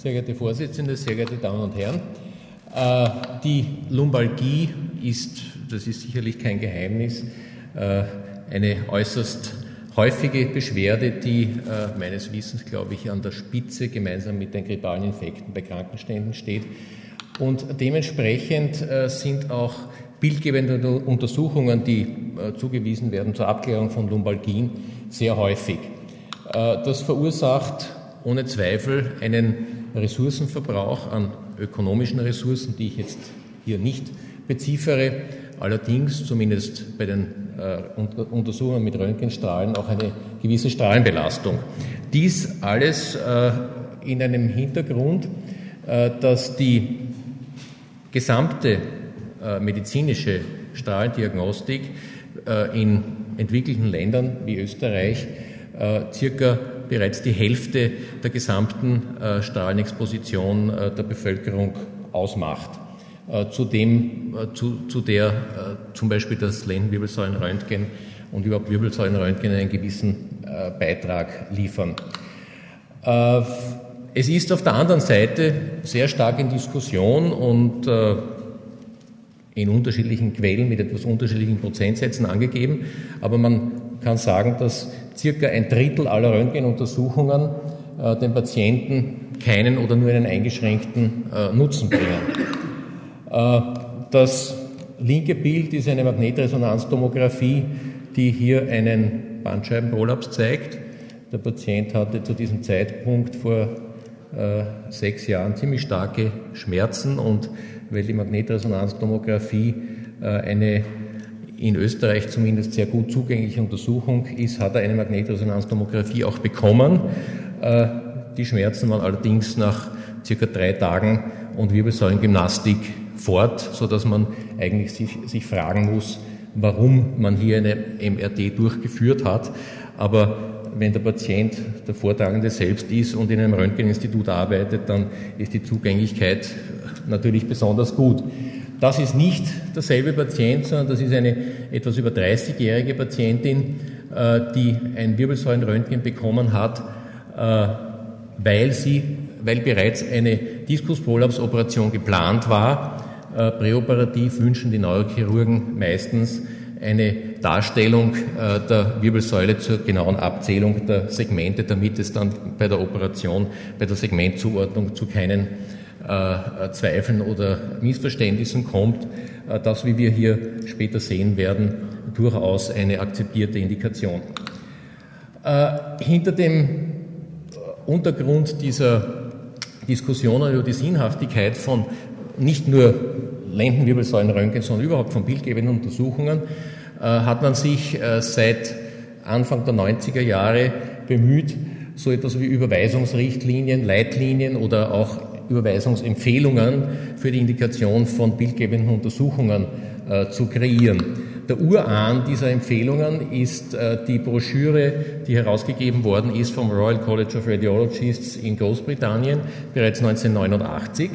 Sehr geehrte Vorsitzende, sehr geehrte Damen und Herren, die Lumbalgie ist, das ist sicherlich kein Geheimnis, eine äußerst häufige Beschwerde, die meines Wissens, glaube ich, an der Spitze gemeinsam mit den grippalen Infekten bei Krankenständen steht. Und dementsprechend sind auch bildgebende Untersuchungen, die zugewiesen werden zur Abklärung von Lumbalgien, sehr häufig. Das verursacht ohne Zweifel einen Ressourcenverbrauch an ökonomischen Ressourcen, die ich jetzt hier nicht beziffere, allerdings zumindest bei den Untersuchungen mit Röntgenstrahlen auch eine gewisse Strahlenbelastung. Dies alles in einem Hintergrund, dass die gesamte medizinische Strahlendiagnostik in entwickelten Ländern wie Österreich circa bereits die Hälfte der gesamten Strahlenexposition der Bevölkerung ausmacht. Zu der zum Beispiel das Lendenwirbelsäulenröntgen und überhaupt Wirbelsäulenröntgen einen gewissen Beitrag liefern. Es ist auf der anderen Seite sehr stark in Diskussion und in unterschiedlichen Quellen mit etwas unterschiedlichen Prozentsätzen angegeben, aber man kann sagen, dass circa ein Drittel aller Röntgenuntersuchungen den Patienten keinen oder nur einen eingeschränkten Nutzen bringen. Das linke Bild ist eine Magnetresonanztomographie, die hier einen Bandscheibenprolaps zeigt. Der Patient hatte zu diesem Zeitpunkt vor 6 Jahren ziemlich starke Schmerzen und weil die Magnetresonanztomographie eine in Österreich zumindest sehr gut zugängliche Untersuchung ist, hat er eine Magnetresonanztomographie auch bekommen. Die Schmerzen waren allerdings nach circa 3 Tagen und Wirbelsäulengymnastik fort, sodass man eigentlich sich fragen muss, warum man hier eine MRT durchgeführt hat. Aber wenn der Patient der Vortragende selbst ist und in einem Röntgeninstitut arbeitet, dann ist die Zugänglichkeit natürlich besonders gut. Das ist nicht derselbe Patient, sondern das ist eine etwas über 30-jährige Patientin, die ein Wirbelsäulenröntgen bekommen hat, weil bereits eine Diskusprolapsoperation geplant war. Präoperativ wünschen die Neurochirurgen meistens eine Darstellung der Wirbelsäule zur genauen Abzählung der Segmente, damit es dann bei der Operation, bei der Segmentzuordnung zu keinen Zweifeln oder Missverständnissen kommt, das, wie wir hier später sehen werden, durchaus eine akzeptierte Indikation. Hinter dem Untergrund dieser Diskussionen über die Sinnhaftigkeit von nicht nur Lendenwirbelsäulenröntgen, sondern überhaupt von bildgebenden Untersuchungen hat man sich seit Anfang der 90er Jahre bemüht, so etwas wie Überweisungsrichtlinien, Leitlinien oder auch Überweisungsempfehlungen für die Indikation von bildgebenden Untersuchungen zu kreieren. Der Urahn dieser Empfehlungen ist die Broschüre, die herausgegeben worden ist vom Royal College of Radiologists in Großbritannien bereits 1989.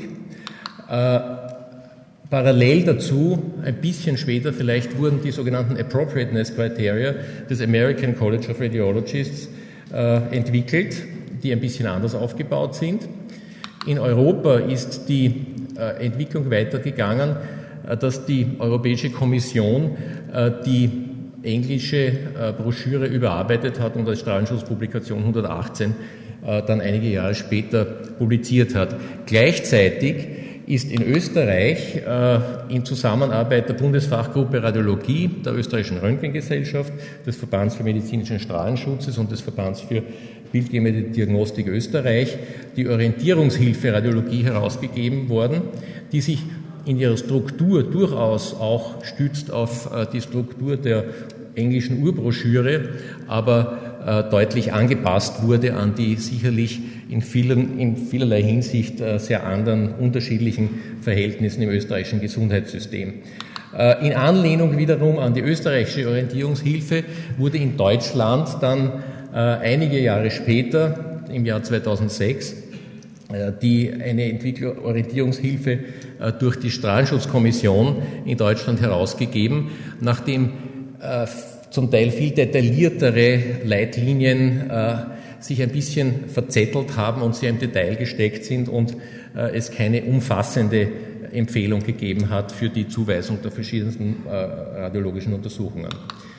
Parallel dazu, ein bisschen später vielleicht, wurden die sogenannten Appropriateness Criteria des American College of Radiologists entwickelt, die ein bisschen anders aufgebaut sind. In Europa ist die Entwicklung weitergegangen, dass die Europäische Kommission die englische Broschüre überarbeitet hat und als Strahlenschutzpublikation 118 dann einige Jahre später publiziert hat. Gleichzeitig ist in Österreich in Zusammenarbeit der Bundesfachgruppe Radiologie, der Österreichischen Röntgengesellschaft, des Verbands für medizinischen Strahlenschutzes und des Verbands für bildgebende Diagnostik Österreich die Orientierungshilfe Radiologie herausgegeben worden, die sich in ihrer Struktur durchaus auch stützt auf die Struktur der englischen Urbroschüre, aber deutlich angepasst wurde an die sicherlich in vielerlei Hinsicht sehr anderen, unterschiedlichen Verhältnissen im österreichischen Gesundheitssystem. In Anlehnung wiederum an die österreichische Orientierungshilfe wurde in Deutschland dann einige Jahre später, im Jahr 2006, eine Orientierungshilfe durch die Strahlenschutzkommission in Deutschland herausgegeben, nachdem zum Teil viel detailliertere Leitlinien sich ein bisschen verzettelt haben und sehr im Detail gesteckt sind und es keine umfassende Empfehlung gegeben hat für die Zuweisung der verschiedensten radiologischen Untersuchungen.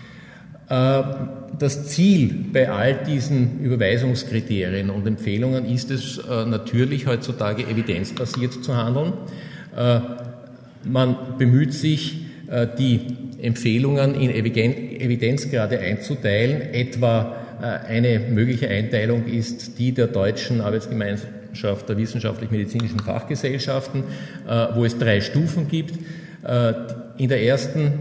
Das Ziel bei all diesen Überweisungskriterien und Empfehlungen ist es natürlich heutzutage evidenzbasiert zu handeln. Man bemüht sich, die Empfehlungen in Evidenzgrade einzuteilen. Etwa eine mögliche Einteilung ist die der Deutschen Arbeitsgemeinschaft der wissenschaftlich-medizinischen Fachgesellschaften, wo es 3 Stufen gibt. In der ersten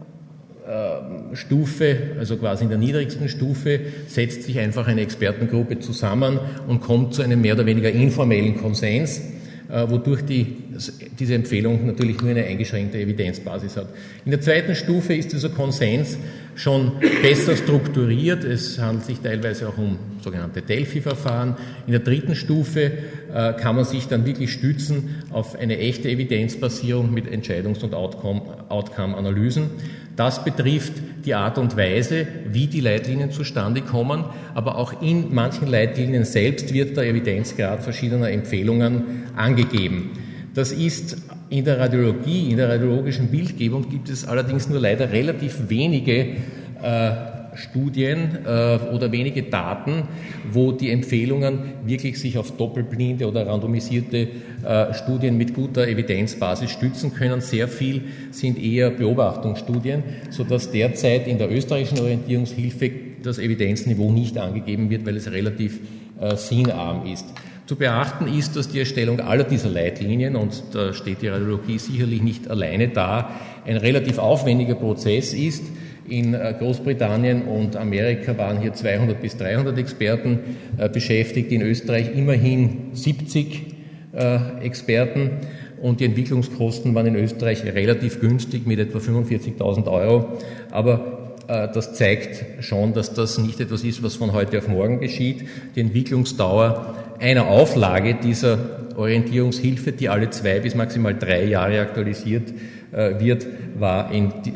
Stufe, also quasi in der niedrigsten Stufe, setzt sich einfach eine Expertengruppe zusammen und kommt zu einem mehr oder weniger informellen Konsens, wodurch diese Empfehlung natürlich nur eine eingeschränkte Evidenzbasis hat. In der zweiten Stufe ist dieser Konsens schon besser strukturiert. Es handelt sich teilweise auch um sogenannte Delphi-Verfahren. In der dritten Stufe kann man sich dann wirklich stützen auf eine echte Evidenzbasierung mit Entscheidungs- und Outcome-Analysen. Das betrifft die Art und Weise, wie die Leitlinien zustande kommen, aber auch in manchen Leitlinien selbst wird der Evidenzgrad verschiedener Empfehlungen angegeben. Das ist in der Radiologie, in der radiologischen Bildgebung gibt es allerdings nur leider relativ wenige Studien oder wenige Daten, wo die Empfehlungen wirklich sich auf doppelblinde oder randomisierte Studien mit guter Evidenzbasis stützen können. Sehr viel sind eher Beobachtungsstudien, sodass derzeit in der österreichischen Orientierungshilfe das Evidenzniveau nicht angegeben wird, weil es relativ sinnarm ist. Zu beachten ist, dass die Erstellung aller dieser Leitlinien, und da steht die Radiologie sicherlich nicht alleine da, ein relativ aufwendiger Prozess ist. In Großbritannien und Amerika waren hier 200 bis 300 Experten beschäftigt, in Österreich immerhin 70 Experten und die Entwicklungskosten waren in Österreich relativ günstig mit etwa 45.000 €. Aber das zeigt schon, dass das nicht etwas ist, was von heute auf morgen geschieht. Die Entwicklungsdauer einer Auflage dieser Orientierungshilfe, die alle 2 bis maximal 3 Jahre aktualisiert wird, war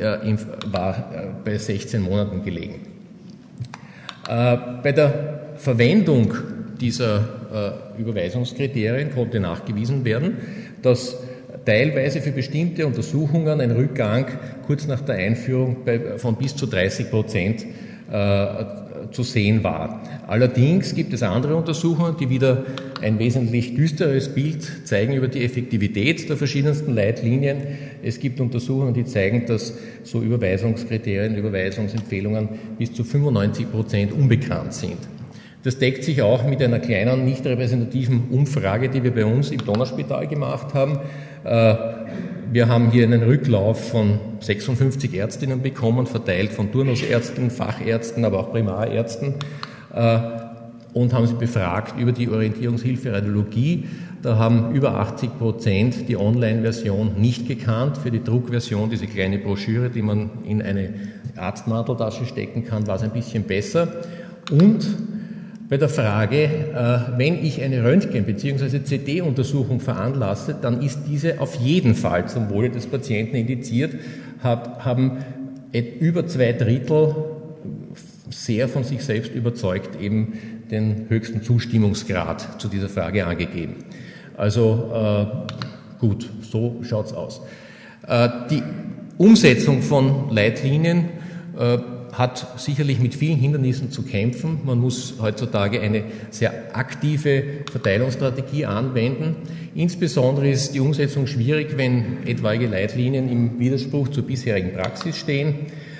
bei 16 Monaten gelegen. Bei der Verwendung dieser Überweisungskriterien konnte nachgewiesen werden, dass teilweise für bestimmte Untersuchungen ein Rückgang kurz nach der Einführung von bis zu 30% zu sehen war. Allerdings gibt es andere Untersuchungen, die wieder ein wesentlich düsteres Bild zeigen über die Effektivität der verschiedensten Leitlinien. Es gibt Untersuchungen, die zeigen, dass so Überweisungskriterien, Überweisungsempfehlungen bis zu 95% unbekannt sind. Das deckt sich auch mit einer kleinen, nicht repräsentativen Umfrage, die wir bei uns im Donauspital gemacht haben. Wir haben hier einen Rücklauf von 56 Ärztinnen bekommen, verteilt von Turnusärzten, Fachärzten, aber auch Primarärzten, und haben sie befragt über die Orientierungshilfe Radiologie. Da haben über 80% die Online-Version nicht gekannt. Für die Druckversion, diese kleine Broschüre, die man in eine Arztmanteltasche stecken kann, war es ein bisschen besser. Und bei der Frage, wenn ich eine Röntgen- bzw. CT-Untersuchung veranlasse, dann ist diese auf jeden Fall zum Wohle des Patienten indiziert, haben über 2/3 sehr von sich selbst überzeugt eben den höchsten Zustimmungsgrad zu dieser Frage angegeben. Also gut, so schaut's aus. Die Umsetzung von Leitlinien hat sicherlich mit vielen Hindernissen zu kämpfen. Man muss heutzutage eine sehr aktive Verteilungsstrategie anwenden. Insbesondere ist die Umsetzung schwierig, wenn etwaige Leitlinien im Widerspruch zur bisherigen Praxis stehen,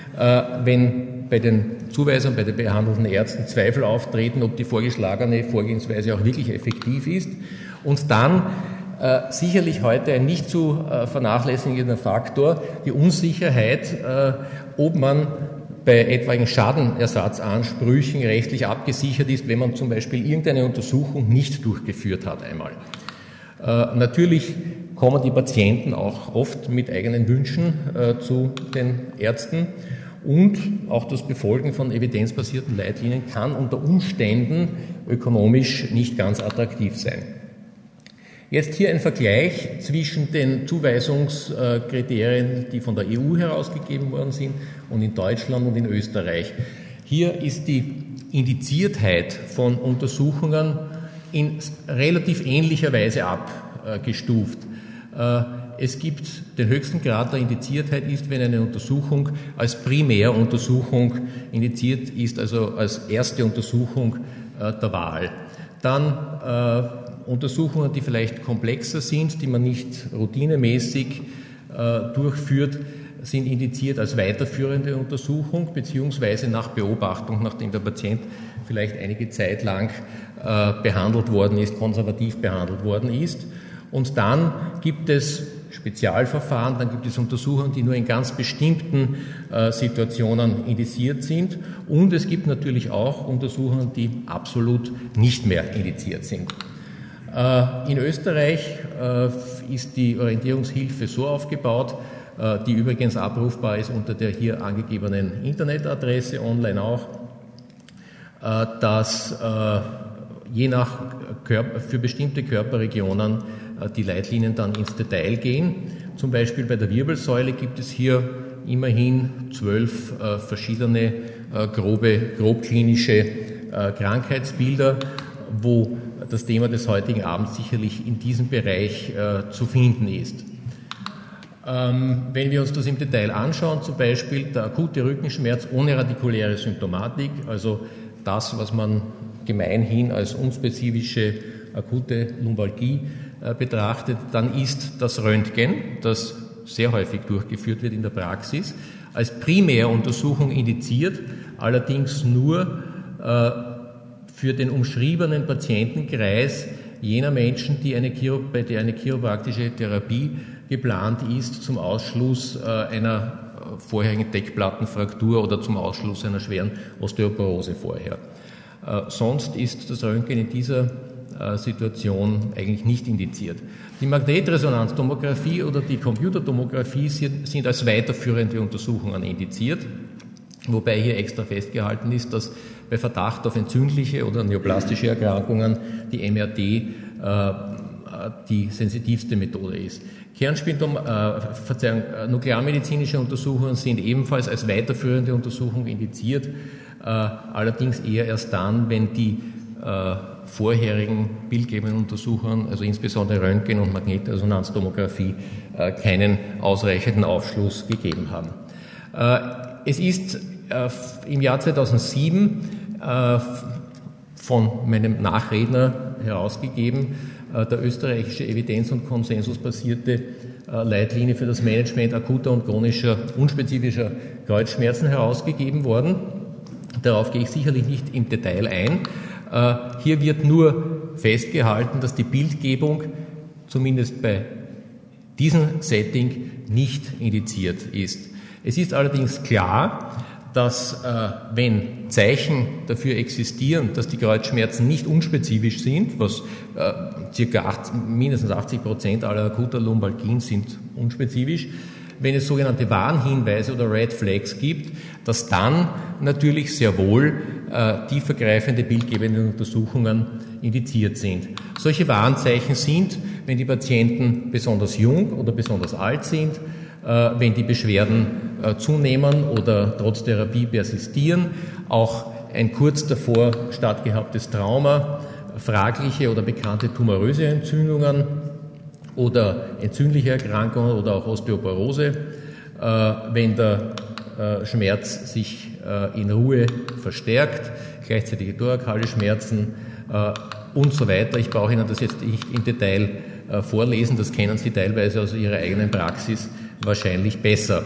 wenn bei den Zuweisern, bei den behandelnden Ärzten Zweifel auftreten, ob die vorgeschlagene Vorgehensweise auch wirklich effektiv ist. Und dann sicherlich heute ein nicht zu vernachlässigender Faktor, die Unsicherheit, ob man bei etwaigen Schadenersatzansprüchen rechtlich abgesichert ist, wenn man zum Beispiel irgendeine Untersuchung nicht durchgeführt hat einmal. Natürlich kommen die Patienten auch oft mit eigenen Wünschen zu den Ärzten und auch das Befolgen von evidenzbasierten Leitlinien kann unter Umständen ökonomisch nicht ganz attraktiv sein. Jetzt hier ein Vergleich zwischen den Zuweisungskriterien, die von der EU herausgegeben worden sind, und in Deutschland und in Österreich. Hier ist die Indiziertheit von Untersuchungen in relativ ähnlicher Weise abgestuft. Es gibt den höchsten Grad der Indiziertheit ist, wenn eine Untersuchung als Primäruntersuchung indiziert ist, also als erste Untersuchung der Wahl. Dann Untersuchungen, die vielleicht komplexer sind, die man nicht routinemäßig durchführt, sind indiziert als weiterführende Untersuchung beziehungsweise nach Beobachtung, nachdem der Patient vielleicht einige Zeit lang behandelt worden ist, konservativ behandelt worden ist. Und dann gibt es Spezialverfahren, dann gibt es Untersuchungen, die nur in ganz bestimmten Situationen indiziert sind. Und es gibt natürlich auch Untersuchungen, die absolut nicht mehr indiziert sind. In Österreich ist die Orientierungshilfe so aufgebaut, die übrigens abrufbar ist unter der hier angegebenen Internetadresse, online auch, dass je nach für bestimmte Körperregionen die Leitlinien dann ins Detail gehen. Zum Beispiel bei der Wirbelsäule gibt es hier immerhin 12 verschiedene grobklinische Krankheitsbilder, wo das Thema des heutigen Abends sicherlich in diesem Bereich zu finden ist. Wenn wir uns das im Detail anschauen, zum Beispiel der akute Rückenschmerz ohne radikuläre Symptomatik, also das, was man gemeinhin als unspezifische akute Lumbalgie betrachtet, dann ist das Röntgen, das sehr häufig durchgeführt wird in der Praxis, als Primäruntersuchung indiziert, allerdings nur für den umschriebenen Patientenkreis jener Menschen, bei der eine chiropraktische Therapie geplant ist, zum Ausschluss einer vorherigen Deckplattenfraktur oder zum Ausschluss einer schweren Osteoporose vorher. Sonst ist das Röntgen in dieser Situation eigentlich nicht indiziert. Die Magnetresonanztomographie oder die Computertomographie sind als weiterführende Untersuchungen indiziert, wobei hier extra festgehalten ist, dass bei Verdacht auf entzündliche oder neoplastische Erkrankungen die MRT die sensitivste Methode ist. Nuklearmedizinische Untersuchungen sind ebenfalls als weiterführende Untersuchung indiziert, allerdings eher erst dann, wenn die vorherigen bildgebenden Untersuchungen, also insbesondere Röntgen und Magnetresonanztomographie, keinen ausreichenden Aufschluss gegeben haben. Es ist im Jahr 2007 von meinem Nachredner herausgegeben, der österreichische evidenz- und konsensusbasierte Leitlinie für das Management akuter und chronischer unspezifischer Kreuzschmerzen herausgegeben worden. Darauf gehe ich sicherlich nicht im Detail ein. Hier wird nur festgehalten, dass die Bildgebung zumindest bei diesem Setting nicht indiziert ist. Es ist allerdings klar, dass wenn Zeichen dafür existieren, dass die Kreuzschmerzen nicht unspezifisch sind, was mindestens 80% aller akuter Lumbalgien sind unspezifisch, wenn es sogenannte Warnhinweise oder Red Flags gibt, dass dann natürlich sehr wohl tiefergreifende bildgebende Untersuchungen indiziert sind. Solche Warnzeichen sind, wenn die Patienten besonders jung oder besonders alt sind, wenn die Beschwerden zunehmen oder trotz Therapie persistieren, auch ein kurz davor stattgehabtes Trauma, fragliche oder bekannte tumoröse Entzündungen oder entzündliche Erkrankungen oder auch Osteoporose, wenn der Schmerz sich in Ruhe verstärkt, gleichzeitige thorakale Schmerzen und so weiter. Ich brauche Ihnen das jetzt nicht im Detail vorlesen, das kennen Sie teilweise aus Ihrer eigenen Praxis wahrscheinlich besser.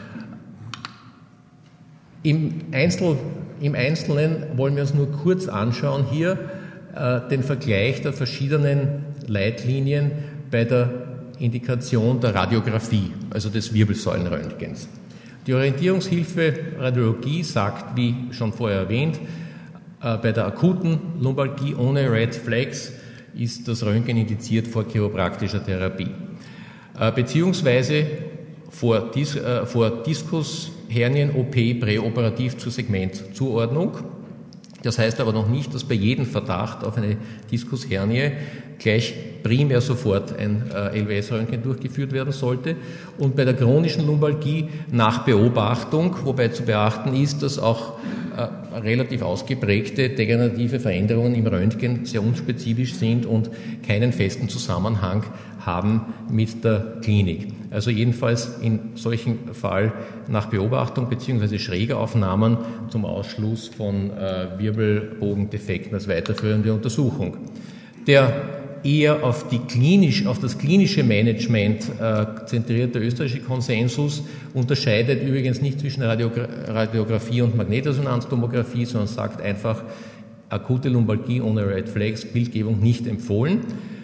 Im Einzelnen wollen wir uns nur kurz anschauen hier den Vergleich der verschiedenen Leitlinien bei der Indikation der Radiographie, also des Wirbelsäulenröntgens. Die Orientierungshilfe Radiologie sagt, wie schon vorher erwähnt, bei der akuten Lumbalgie ohne Red Flags ist das Röntgen indiziert vor chiropraktischer Therapie, beziehungsweise vor Diskushernion-OP präoperativ zur Segmentzuordnung. Das heißt aber noch nicht, dass bei jedem Verdacht auf eine Diskushernie gleich primär sofort ein LWS-Röntgen durchgeführt werden sollte. Und bei der chronischen Lumbalgie nach Beobachtung, wobei zu beachten ist, dass auch relativ ausgeprägte degenerative Veränderungen im Röntgen sehr unspezifisch sind und keinen festen Zusammenhang haben mit der Klinik. Also jedenfalls in solchen Fall nach Beobachtung bzw. Schrägaufnahmen zum Ausschluss von Wirbelbogendefekten als weiterführende Untersuchung. Der eher auf das klinische Management zentrierte österreichische Konsensus unterscheidet übrigens nicht zwischen Radiographie und Magnetresonanztomographie, sondern sagt einfach, akute Lumbalgie ohne Red Flags, Bildgebung nicht empfohlen.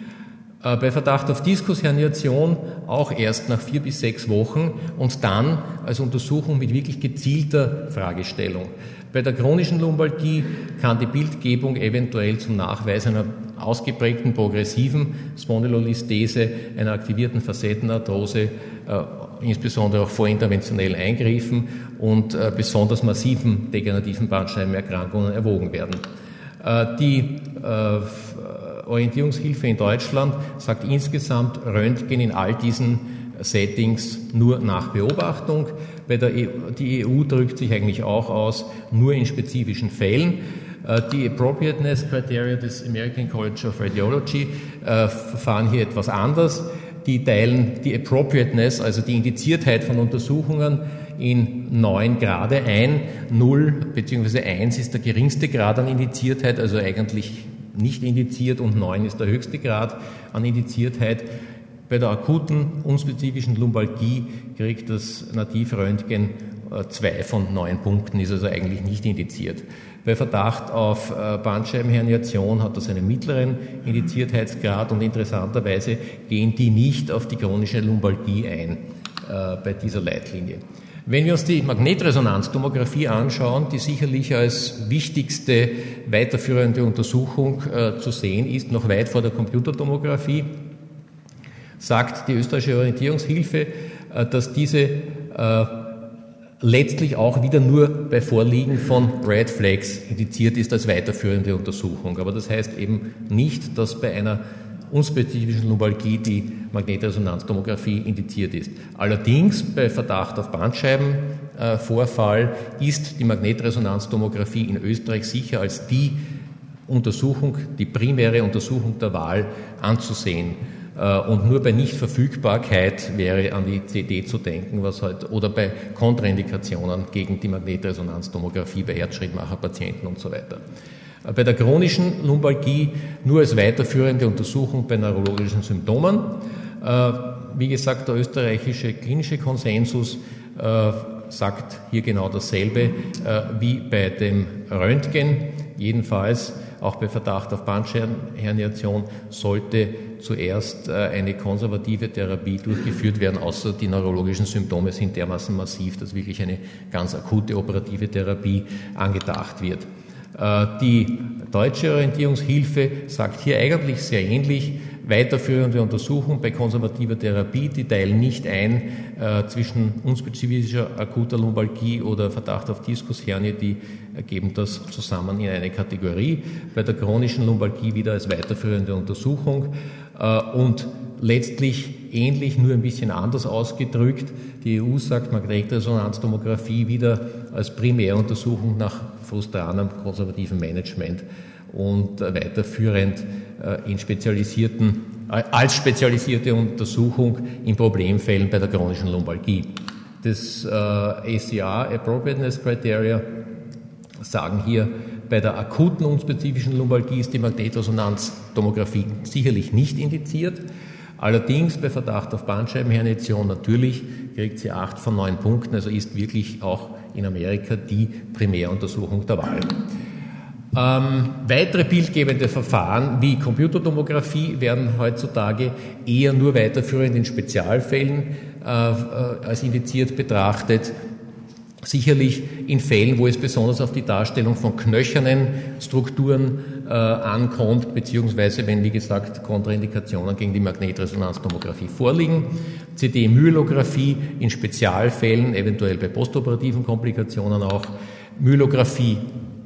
Bei Verdacht auf Diskusherniation auch erst nach 4 bis 6 Wochen und dann als Untersuchung mit wirklich gezielter Fragestellung. Bei der chronischen Lumbalgie kann die Bildgebung eventuell zum Nachweis einer ausgeprägten progressiven Spondylolistese, einer aktivierten Facettenarthrose, insbesondere auch vorinterventionellen Eingriffen und besonders massiven degenerativen Bandscheibenerkrankungen erwogen werden. Die Orientierungshilfe in Deutschland sagt insgesamt Röntgen in all diesen Settings nur nach Beobachtung. Die EU drückt sich eigentlich auch aus, nur in spezifischen Fällen. Die Appropriateness Criteria des American College of Radiology verfahren hier etwas anders. Die teilen die Appropriateness, also die Indiziertheit von Untersuchungen, in 9 Grade ein. 0 bzw. 1 ist der geringste Grad an Indiziertheit, also eigentlich nicht indiziert, und 9 ist der höchste Grad an Indiziertheit. Bei der akuten, unspezifischen Lumbalgie kriegt das Nativröntgen 2 von 9 Punkten, ist also eigentlich nicht indiziert. Bei Verdacht auf Bandscheibenherniation hat das einen mittleren Indiziertheitsgrad und interessanterweise gehen die nicht auf die chronische Lumbalgie ein bei dieser Leitlinie. Wenn wir uns die Magnetresonanztomographie anschauen, die sicherlich als wichtigste weiterführende Untersuchung zu sehen ist, noch weit vor der Computertomographie, sagt die österreichische Orientierungshilfe, dass diese letztlich auch wieder nur bei Vorliegen von Red Flags indiziert ist als weiterführende Untersuchung. Aber das heißt eben nicht, dass bei einer unspezifischen Lumbalgie die Magnetresonanztomographie indiziert ist. Allerdings bei Verdacht auf Bandscheibenvorfall ist die Magnetresonanztomographie in Österreich sicher als die Untersuchung, die primäre Untersuchung der Wahl anzusehen. Und nur bei Nichtverfügbarkeit wäre an die CD zu denken, oder bei Kontraindikationen gegen die Magnetresonanztomographie bei Herzschrittmacherpatienten und so weiter. Bei der chronischen Lumbalgie nur als weiterführende Untersuchung bei neurologischen Symptomen. Wie gesagt, der österreichische klinische Konsensus sagt hier genau dasselbe wie bei dem Röntgen. Jedenfalls auch bei Verdacht auf Bandscheibenherniation sollte zuerst eine konservative Therapie durchgeführt werden, außer die neurologischen Symptome sind dermaßen massiv, dass wirklich eine ganz akute operative Therapie angedacht wird. Die deutsche Orientierungshilfe sagt hier eigentlich sehr ähnlich, weiterführende Untersuchung bei konservativer Therapie, die teilen nicht ein zwischen unspezifischer akuter Lumbalgie oder Verdacht auf Diskushernie, die geben das zusammen in eine Kategorie. Bei der chronischen Lumbalgie wieder als weiterführende Untersuchung und letztlich ähnlich, nur ein bisschen anders ausgedrückt. Die EU sagt Magnetresonanztomographie wieder als Primäruntersuchung nach frustranem konservativen Management und weiterführend als spezialisierte Untersuchung in Problemfällen bei der chronischen Lumbalgie. Das ACR, Appropriateness Criteria, sagen hier, bei der akuten unspezifischen Lumbalgie ist die Magnetresonanztomographie sicherlich nicht indiziert. Allerdings bei Verdacht auf Bandscheibenherniation natürlich kriegt sie 8 von 9 Punkten, also ist wirklich auch in Amerika die Primäruntersuchung der Wahl. Weitere bildgebende Verfahren wie Computertomographie werden heutzutage eher nur weiterführend in Spezialfällen als indiziert betrachtet. Sicherlich in Fällen, wo es besonders auf die Darstellung von knöchernen Strukturen ankommt, beziehungsweise wenn, wie gesagt, Kontraindikationen gegen die Magnetresonanztomographie vorliegen. CD-Myelographie in Spezialfällen, eventuell bei postoperativen Komplikationen auch. Myelographie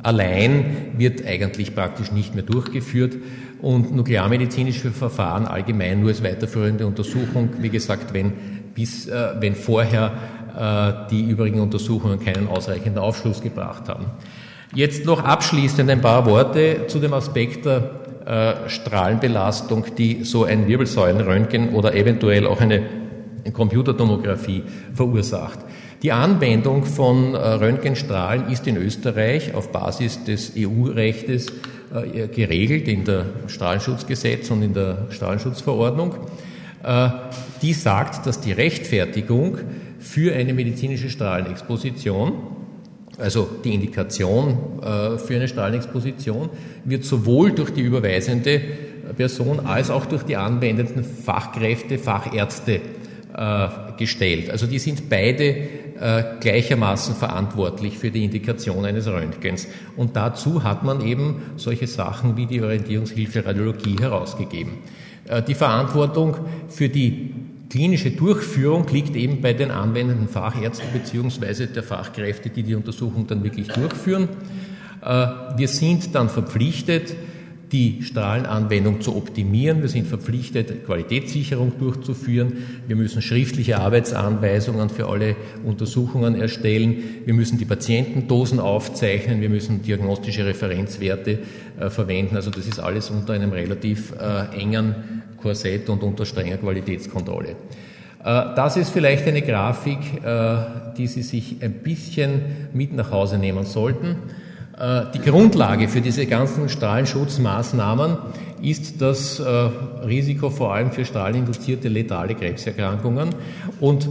allein wird eigentlich praktisch nicht mehr durchgeführt und nuklearmedizinische Verfahren allgemein nur als weiterführende Untersuchung, wie gesagt, wenn vorher die übrigen Untersuchungen keinen ausreichenden Aufschluss gebracht haben. Jetzt noch abschließend ein paar Worte zu dem Aspekt der Strahlenbelastung, die so ein Wirbelsäulenröntgen oder eventuell auch eine Computertomographie verursacht. Die Anwendung von Röntgenstrahlen ist in Österreich auf Basis des EU-Rechtes geregelt in der Strahlenschutzgesetz und in der Strahlenschutzverordnung. Die sagt, dass die Rechtfertigung für eine medizinische Strahlenexposition, also die Indikation für eine Strahlenexposition, wird sowohl durch die überweisende Person als auch durch die anwendenden Fachkräfte, Fachärzte gestellt. Also die sind beide gleichermaßen verantwortlich für die Indikation eines Röntgens. Und dazu hat man eben solche Sachen wie die Orientierungshilfe Radiologie herausgegeben. Die Verantwortung für die klinische Durchführung liegt eben bei den anwendenden Fachärzten bzw. der Fachkräfte, die die Untersuchung dann wirklich durchführen. Wir sind dann verpflichtet, die Strahlenanwendung zu optimieren. Wir sind verpflichtet, Qualitätssicherung durchzuführen. Wir müssen schriftliche Arbeitsanweisungen für alle Untersuchungen erstellen. Wir müssen die Patientendosen aufzeichnen. Wir müssen diagnostische Referenzwerte verwenden. Also das ist alles unter einem relativ engen Korsett und unter strenger Qualitätskontrolle. Das ist vielleicht eine Grafik, die Sie sich ein bisschen mit nach Hause nehmen sollten. Die Grundlage für diese ganzen Strahlenschutzmaßnahmen ist das Risiko vor allem für strahlinduzierte letale Krebserkrankungen. Und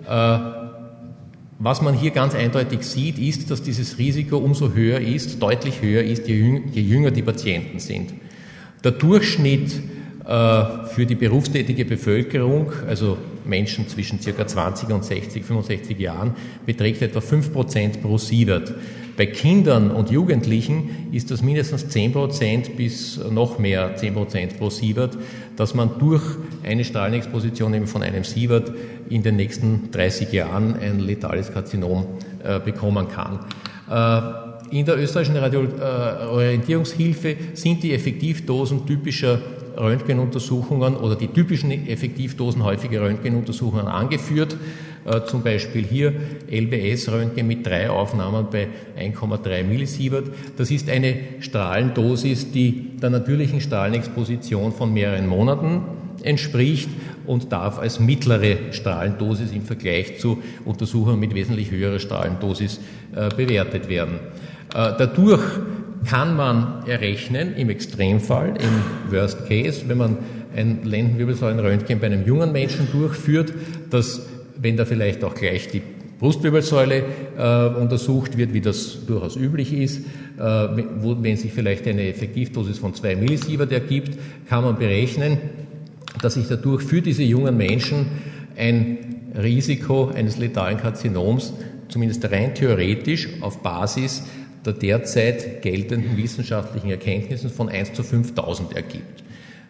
was man hier ganz eindeutig sieht, ist, dass dieses Risiko umso höher ist, deutlich höher ist, je jünger die Patienten sind. Der Durchschnitt für die berufstätige Bevölkerung, also Menschen zwischen ca. 20 und 60, 65 Jahren, beträgt etwa 5% pro Sievert. Bei Kindern und Jugendlichen ist das mindestens 10% bis noch mehr 10% pro Sievert, dass man durch eine Strahlenexposition eben von einem Sievert in den nächsten 30 Jahren ein letales Karzinom bekommen kann. In der österreichischen Orientierungshilfe sind die Effektivdosen typischer Röntgenuntersuchungen oder die typischen Effektivdosen häufiger Röntgenuntersuchungen angeführt. Zum Beispiel hier LWS-Röntgen mit 3 Aufnahmen bei 1,3 Millisievert. Das ist eine Strahlendosis, die der natürlichen Strahlenexposition von mehreren Monaten entspricht und darf als mittlere Strahlendosis im Vergleich zu Untersuchungen mit wesentlich höherer Strahlendosis bewertet werden. Dadurch kann man errechnen, im Extremfall, im Worst Case, wenn man ein Lendenwirbelsäulenröntgen bei einem jungen Menschen durchführt, dass, wenn da vielleicht auch gleich die Brustwirbelsäule untersucht wird, wie das durchaus üblich ist, wenn sich vielleicht eine Effektivdosis von 2 Millisievert ergibt, kann man berechnen, dass sich dadurch für diese jungen Menschen ein Risiko eines letalen Karzinoms, zumindest rein theoretisch, auf Basis der derzeit geltenden wissenschaftlichen Erkenntnissen von 1 zu 5000 ergibt.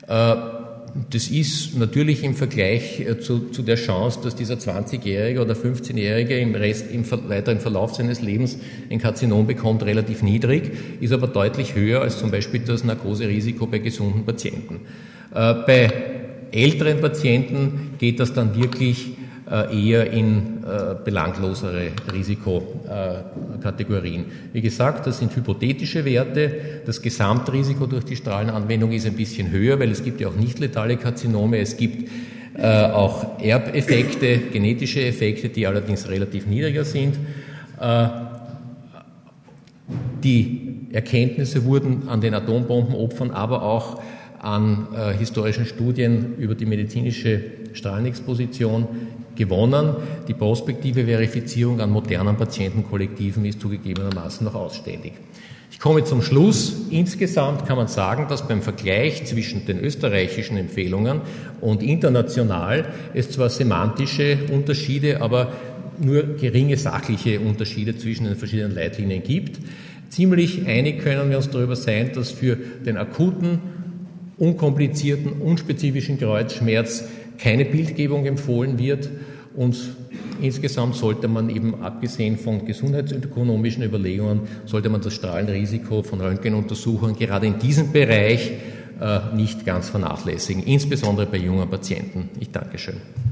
Das ist natürlich im Vergleich zu der Chance, dass dieser 20-Jährige oder 15-Jährige im weiteren Verlauf seines Lebens ein Karzinom bekommt, relativ niedrig, ist aber deutlich höher als zum Beispiel das Narkoserisiko bei gesunden Patienten. Bei älteren Patienten geht das dann wirklich eher in belanglosere Risikokategorien. Wie gesagt, das sind hypothetische Werte. Das Gesamtrisiko durch die Strahlenanwendung ist ein bisschen höher, weil es gibt ja auch nicht letale Karzinome. Es gibt auch Erbeffekte, genetische Effekte, die allerdings relativ niedriger sind. Die Erkenntnisse wurden an den Atombombenopfern, aber auch an historischen Studien über die medizinische Strahlenexposition gewonnen. Die prospektive Verifizierung an modernen Patientenkollektiven ist zugegebenermaßen noch ausständig. Ich komme zum Schluss. Insgesamt kann man sagen, dass beim Vergleich zwischen den österreichischen Empfehlungen und international es zwar semantische Unterschiede, aber nur geringe sachliche Unterschiede zwischen den verschiedenen Leitlinien gibt. Ziemlich einig können wir uns darüber sein, dass für den akuten, unkomplizierten, unspezifischen Kreuzschmerz keine Bildgebung empfohlen wird Und insgesamt sollte man eben, abgesehen von gesundheitsökonomischen Überlegungen, sollte man das Strahlenrisiko von Röntgenuntersuchungen gerade in diesem Bereich nicht ganz vernachlässigen, insbesondere bei jungen Patienten. Ich danke schön.